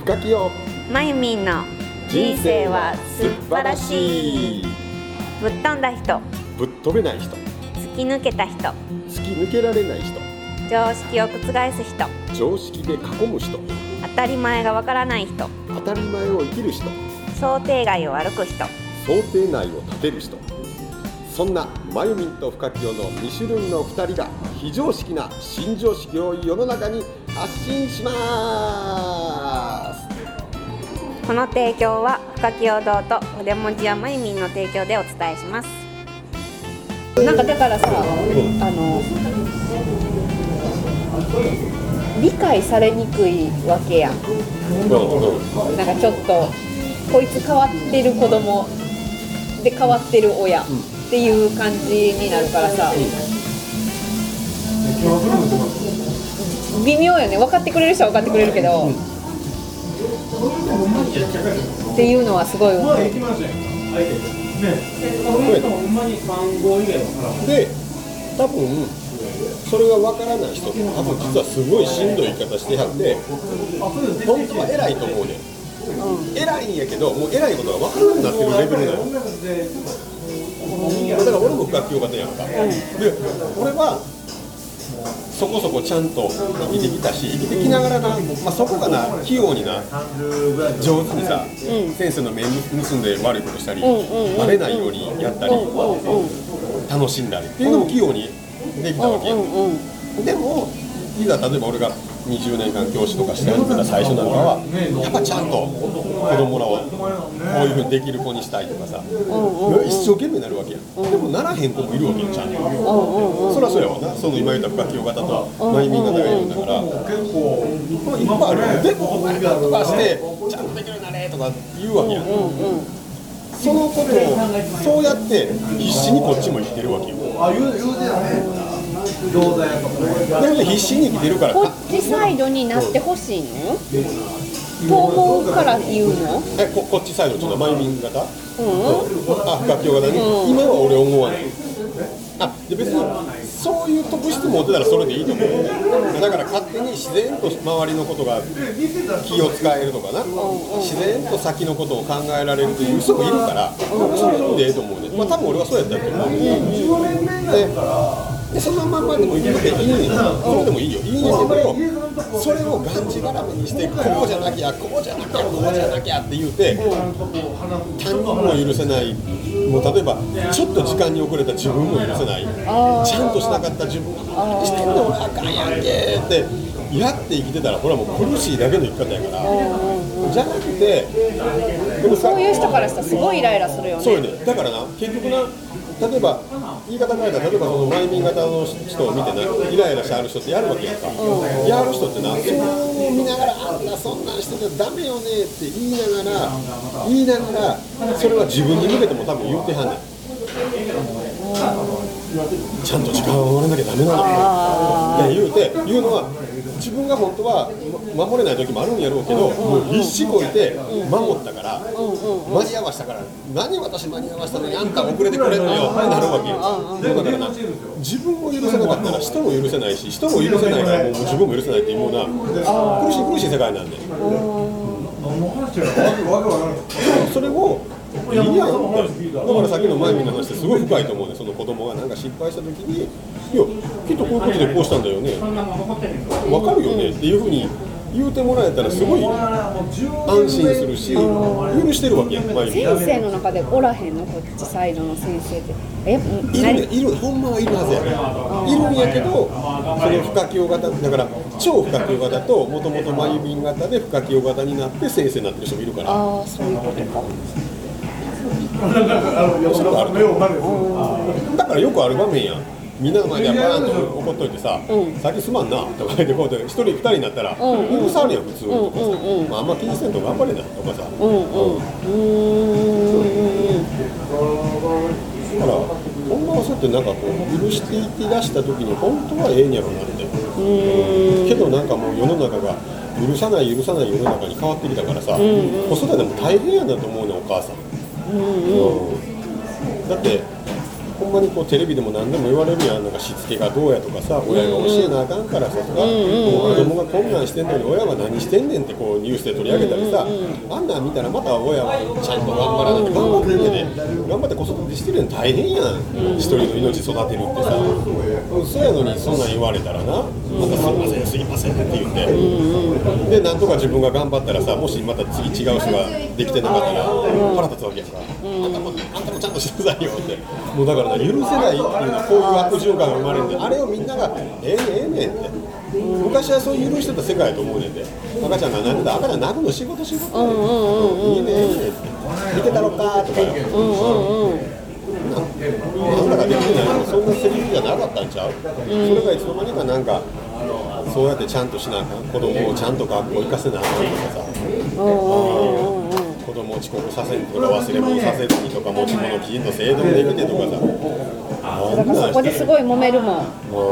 深きよまゆみんの人生は素晴らしい。ぶっ飛んだ人、 ぶっ飛べない人、 突き抜けた人、 突き抜けられない人、 常識を覆す人、 常識で囲む人、 当たり前がわからない人、 当たり前を生きる人、 想定外を歩く人、 想定内を立てる人、そんなまゆみんと深きよの2種類の2人が非常識な新常識を世の中に発信します。 この提供は深きよ堂と筆文字やまゆみんの提供でお伝えします。なんかだからさ、理解されにくいわけやん。なんかちょっとこいつ変わってる子供で変わってる親っていう感じになるからさ、微妙よね。分かってくれる人は分かってくれるけど、っていうのはすごい思う。 で、多分それが分からない人って多分実はすごいしんどい言い方してはって本当は偉いと思うねん、偉いんやけどもう偉いことが分からなくなってるレベルなの。だから俺も深きよ型やんか、で俺はそこそこちゃんと生きてきたし、生きてきながらな、そこがな器用にな上手にさ、先生の目盗んで悪いことしたり、バレないようにやったり、楽しんだりっていうのも器用にできたわけ。でもいざ例えば俺が20年間教師とかして始めた最初なんかはやっぱちゃんと子供らをこういうふうにできる子にしたいとかさ、一生懸命になるわけやん。でもならへん子もいるわけよ、ちゃんと。そりゃそうやわな。その今言った深きよ型とまゆみん型がいるんだから、いっぱいあるよ。でもお前なんとかしてちゃんとできるようになれとか言うわけやん。そのことをそうやって必死にこっちも生きてるわけよ。なんで必死に生きてるからこっちサイドになってほしいのと思うから言うの？ こっちサイドちょっとまゆみん型？あ、深きよ型に、今は俺思わない。で別にそういう特質持ってたらそれでいいと思う。だから勝手に自然と周りのことが気を使えるとかな、自然と先のことを考えられるという人もいるから、それでいいと思うね。多分俺はそうやったと思う。でそのままでもいいんでいいねん。それでもいいよ、いいんやけど、それをがんじがらめにしてこうじゃなきゃこうじゃなきゃこうじゃなきゃって言うて他人も許せない、もう例えばちょっと時間に遅れた自分も許せない、ちゃんとしなかった自分はしてんの俺あかんやんけってやって生きてたらこれはもう苦しいだけの生き方やから、じゃなくてでもそういう人からしたらすごいイライラするよね。 そうよね。だからな、結局な、例えば言い方変えたら、例えばそのまゆみん型の人を見てなイライラしてある人ってやるわけやんか、やる人ってな、それを見ながらあんなそんなんしてちゃダメよねって言いながらそれは自分に向けても多分言うてはんねん。ちゃんと時間を守らなきゃダメなんだって言うのは、自分が本当は守れない時もあるんやろうけど、もう必死こいて守ったから、間に合わしたから、何私間に合わしたのにあんた遅れてくれんのよってなるわけよ。だからな、自分を許せなかったら人も許せないし、人も許せないからもう自分も許せないっていうもうな苦しい世界なんで、それをいいやんって。だからさっきのまゆみんの話ってすごい深いと思うね。その子供がなんか失敗した時に、いやきっとこういうことでこうしたんだよね、分かるよねっていうふうに言うてもらえたらすごい安心するし、許してるわけやん。まゆみん先生の中でおらへんの、こっちサイドの先生っているほんまはいるはずやね。いるんやけど、その深きよ型だから超深きよ型ともともとまゆみん型で深きよ型になって先生になってる人もいるから。 そういうことか。 それはある。だからよくある場面やん。みんなの前でバーンと怒っといてさ、先すまんなとか言ってこうやって1人2人になったら許されやん普通とかさ、あんま気にせんと頑張れなとかさ、だからほんまはそうやってなんかこう許していき出した時に本当はええんやろなって。けどなんかもう世の中が許さない世の中に変わってきたからさ、子育ても大変やなと思うね、お母さん。だってほんまにこうテレビでも何でも言われるやん、なんかしつけがどうやとかさ、親が教えなあかんからさとか、子供がこんなんしてんのに親は何してんねんってこうニュースで取り上げたりさ、あんなん見たらまた親はちゃんと頑張らなきゃ、頑張ってんねんで、頑張って子育てしてるの大変やん、一人の命育てるってさ、そうやのにそんなん言われたらな、またすいませんって言って、でなんとか自分が頑張ったらさ、もしまた次違う人ができてなかったら腹立つわけやから、あんたもちゃんとしなさいよって、もうだから許せないっていうのはこういう悪循環が生まれるんで、あれをみんながええねんって、昔はそう許してた世界やと思うねんで、赤ちゃんが泣いてたら赤ちゃん泣くの仕事いいねいいねって見てたろかとかよ、あんたができてないのそんなセリフじゃなかったんちゃう、それがいつの間にかなんかそうやってちゃんとしなあかん、子供をちゃんと学校行かせなあかんとかさ、子供を遅刻させんとか忘れ物させずにとか持ち物きちんと制度できてとかさ、 だからそこですごい揉めるもん。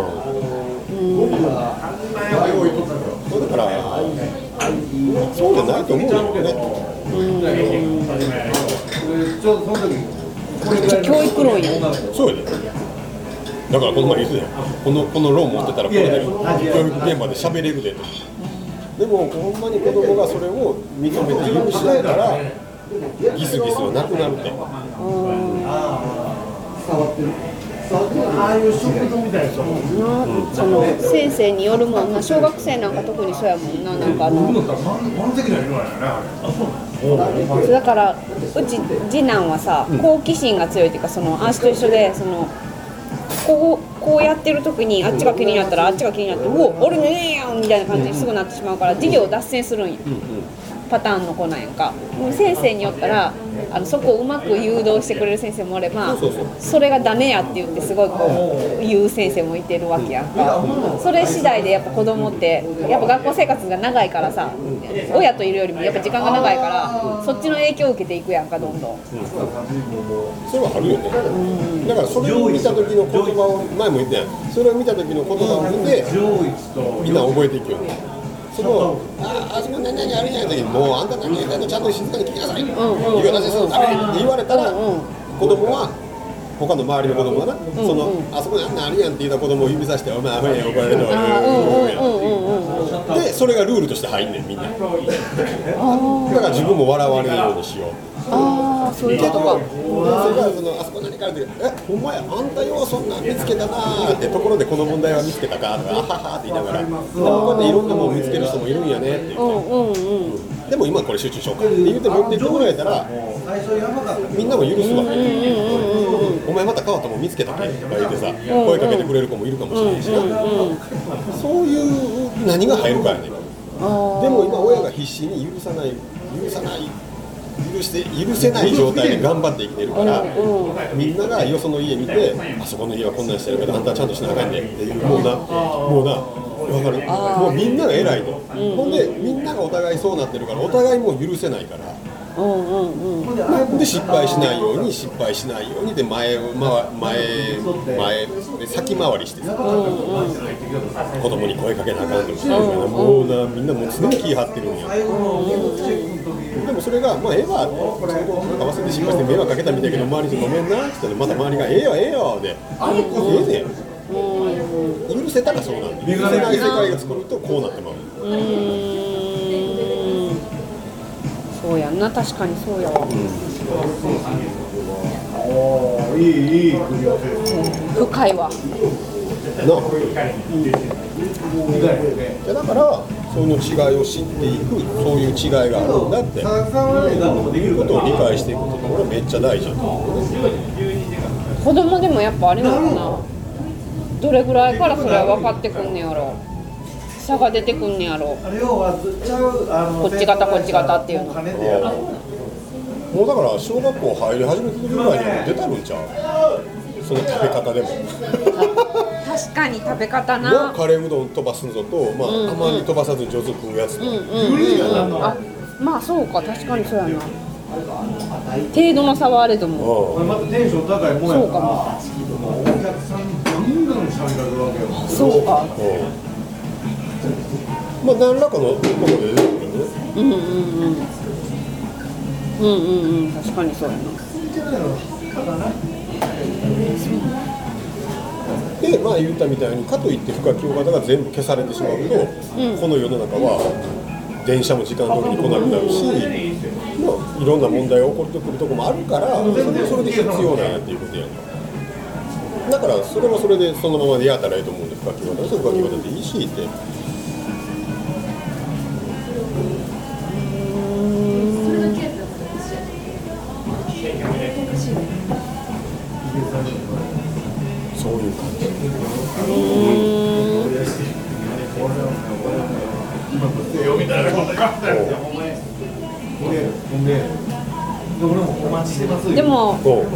だからそうじゃないと思うよね。 教育論や。 そうやで。だからこの前言ってたよ。この論持ってたらこれで教育現場で喋れるでと。でもほんまに子供がそれを認めて許しないからギスギスはなくなるって。 ああいう食堂みたいな人も、 その先生によるもんな、小学生なんか特にそうやもんな、なんかだからうち次男はさ、好奇心が強いっていうか、そのアーシと一緒で、そのこうやってる時にあっちが気になったらあっちが気になって、うお俺のええやんみたいな感じにすぐなってしまうから、授業を脱線するんや、パターンの子なんやんか。先生によったらそこをうまく誘導してくれる先生もおれば、それがダメやって言ってすごいこう言う先生もいてるわけやんか。それ次第でやっぱ子供ってやっぱ学校生活が長いからさ、親といるよりもやっぱ時間が長いからそっちの影響を受けていくやんか、どんどん。 それはあるよね。だからそれを見た時の言葉を前も言ったやん。それを見た時の言葉を見てみんな覚えていくよね。そのあそこ何々あるんやん時に、もうあんた何々ちゃんと静かに聞きなさい、言い方するのダメって言われたら、子供は他の周りの子供はな、そのあそこにあんなんあるやんって言った子供を指さしてお前アホや怒られるとかで、それがルールとして入んねんみんな。だから自分も笑われるようにしよう。 ああ、そういうことか。 それからそのあそこ何かある時、ほんまやあんたようそんなん見つけたなーってところでこの問題は見つけたかとか、あははって言いながら、でもこうやっていろんなものを見つける人もいるんやねって言って、でも今これ集中しようかって言って持っていってもらえたらみんなも許すわけ。お前また変わったもん見つけたけとか言ってさ、声かけてくれる子もいるかもしれないしな、そういう何が入るかやねん。でも今親が必死に許せない状態で頑張って生きてるから、みんながよその家見て、あそこの家はこんなんしてるけどあんたはちゃんとしなあかんねんっていう、もうな分かる、もうみんなが偉いと、ほんでみんながお互いそうなってるからお互いもう許せないから、で失敗しないようにで先回りしてさ、子供に声かけなあかんとか、もうなみんなもう常に気張ってるんや。でもそれがまあええわって、それと合わせて失敗して迷惑かけたみたいけど周りにごめんなって言ったらまた周りがええよで、ええねん。許せたらそうなんだ。許せない世界が作るとこうなってまう。 そうやんな、確かにそうやわ。 いい組み合わせ。 深いわ。 だからその違いを知っていく、そういう違いがあるんだっていうことを理解していくことがめっちゃ大事だと思う。 子供でもやっぱあれなのかな、どれぐらいからそれは分かってくんねやろ、差が出てくんねやろ、こっち型こっち型っていうの。 もうだから小学校入り始めてるぐらいには出たるんちゃう、その食べ方でも。 確かに食べ方な。 カレーうどん飛ばすのと、まあ、あまり飛ばさずに上手食うやつと、 あ、まあそうか、確かにそうやな。程度の差はあれども、 またテンション高いもんやそうかも。 お客さんにガンガン喋られるわけよ。 そうか。 まあ何らかのところで出てくるよね。 確かにそうやな。 でまあ言ったみたいにかといって深清方が全部消されてしまうと、この世の中は電車も時間通りに来なくなるし、まあ、いろんな問題が起こってくるとこもあるから、それで必要なんやっていうことやんか。だからそれはそれでそのままでやったらいいと思うんで、深清方は深清方でいいしって。そういう感じ。 でも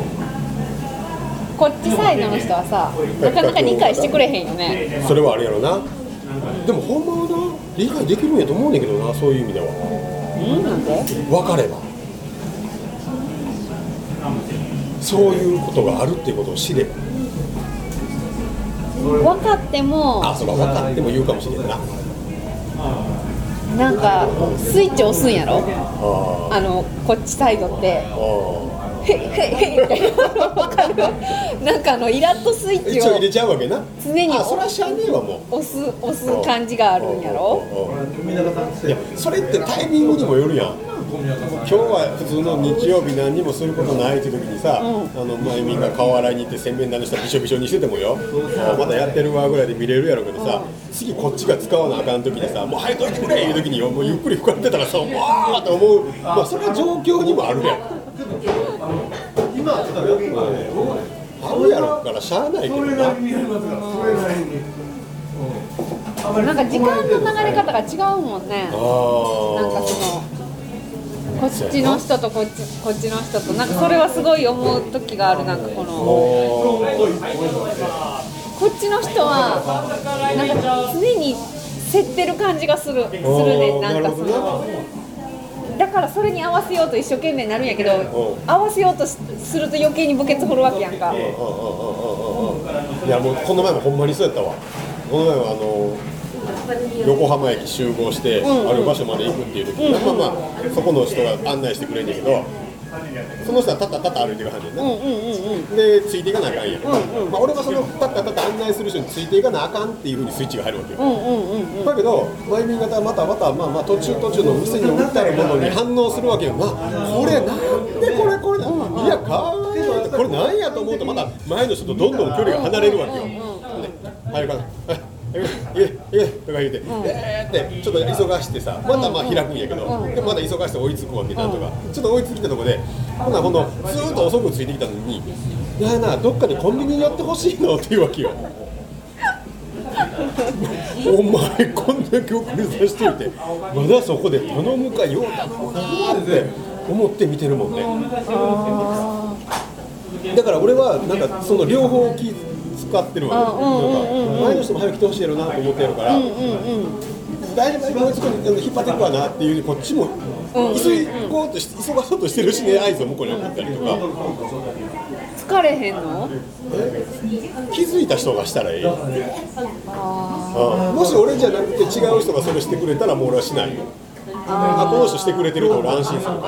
こっちサイドの人はさ、なかなか理解してくれへんよね。 それはあれやろな。でもほんまはな、理解できるんやと思うねんけどな、そういう意味では。 なんで？ 分かれば、そういうことがあるっていうことを知れば。 分かっても、 あ、そうか、分かっても言うかもしれんな。 なんかスイッチ押すんやろ。 あこっちサイドってあ。 へいへいへいみたいな。分かる？なんかイラッとスイッチを一応入れちゃうわけな。 常にあ、それはしゃあねえわもう。 押す感じがあるんやろ。 いや、それってタイミングにもよるやん。今日は普通の日曜日何にもすることないって時にさ、まゆみが顔洗いに行って洗面台の下びしょびしょにしててもよ、まだやってるわぐらいで見れるやろうけどさ、次こっちが使わなあかん時にさ、もう早くどいてくれいう時によ、もうゆっくり膨らんでたらさ、わーって思う、まあそれは状況にもあるやん。あるやろからしゃあないけどな。 なんか時間の流れ方が違うもんね。なんかこっちの人とこっちの人となんかそれはすごい思う時がある。なんかこっちの人はなんか常に競ってる感じがするで、なんかだからそれに合わせようと一生懸命になるんやけど、合わせようとすると余計に墓穴掘るわけやんか。いやもうこの前もほんまにそうやったわ。この前は横浜駅集合して、ある場所まで行くっていう時に、まあそこの人が案内してくれるんだけど、その人はたったたった歩いていかはんねんな。でついていかなあかんやん。まあ俺はそのたったたった案内する人についていかなあかんっていう風にスイッチが入るわけよ。だけどマイミン型はまた途中の店に置いてあるものに反応するわけよ。これなんでこれいやかわいいこれなんやと思うとまた前の人とどんどん距離が離れるわけよ。入るかな。いけとか言うて、ってちょっと忙してさ、また開くんやけど、でもまだ忙して追いつくわけなんとか、ちょっと追いつきたとこで、ほんのずーっと遅くついてきたのに、なあどっかでコンビニに寄ってほしいのって言うわけよ。お前こんだけ遅れさせておいて、まだそこで頼むかよう頼むかって思って見てるもんね。だから俺はなんかその両方使ってるわけ。前の人も早く来てほしいやろなと思ってやるから、大丈夫こいつ引っ張っていくわなっていうこっちも急そうとしてるしね、合図を向こうに送ったりとか。 疲れへんの？ 気づいた人がしたらいい。もし俺じゃなくて違う人がそれしてくれたらもう俺はしないよ。この人してくれてると俺安心するから。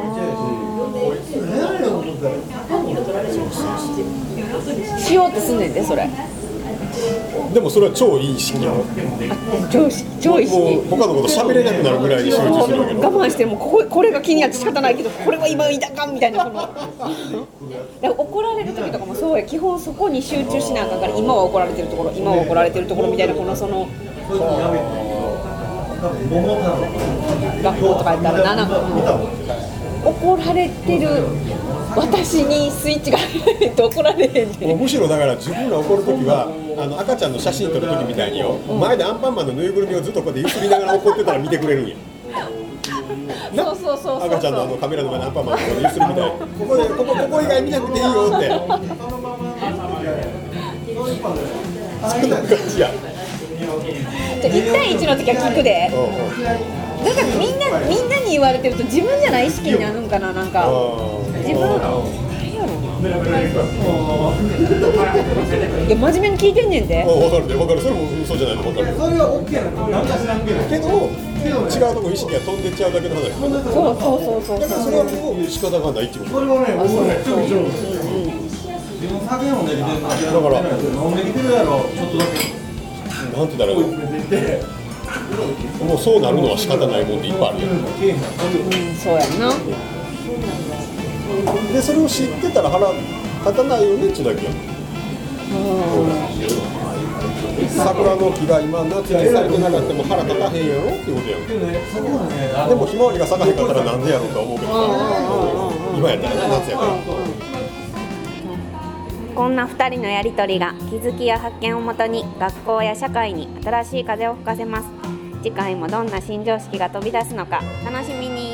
しようとすんねんでそれ。 でもそれは超いい意識よ。 超意識。 もう他のこと喋れなくなるぐらいに集中するわけど。 我慢してもこれが気になって仕方ないけど、これは今言いたかんみたいなだから怒られる時とかもそうや。基本そこに集中しなあかんから、今は怒られてるところみたいな、その学校とかやったら怒られてる私にスイッチが入らないと怒られへんねん。 むしろだから自分が怒るときは赤ちゃんの写真撮るときみたいによ、前でアンパンマンのぬいぐるみをずっとこうやってゆすりながら怒ってたら見てくれるんや。 そう赤ちゃんのカメラの前でアンパンマンのこうゆするみたいに、ここ以外見なくていいよって。そんな感じや。 1対1の時は聞くで。だからみんなに言われてると自分じゃない意識になるんかな、なんか自分何やろ。いや真面目に聞いてんねんで。 分かるで、分かる。それも嘘じゃないの分かる。それは OK なの。なんか知らんけど。けど違うとこ意識が飛んでっちゃうだけの話。そう。だからそれはもう仕方がないっていうこと。それはね、 酒飲んできてんの。 から飲んできてるやろ、ちょっとだけ。 なんて言ったらいいの、もうそうなるのは仕方ないもんっていっぱいあるやん。 うん、そうやな。 でそれを知ってたら腹立たないよねってだけやん。桜の木が今夏に咲いてなかったも腹立たへんやろってことやん。でもひまわりが咲かへんかったらなんでやろうと思うけどさ、今やったらな夏やから。 こんな2人のやりとりが気づきや発見をもとに学校や社会に新しい風を吹かせます。次回もどんな新常識が飛び出すのか楽しみに。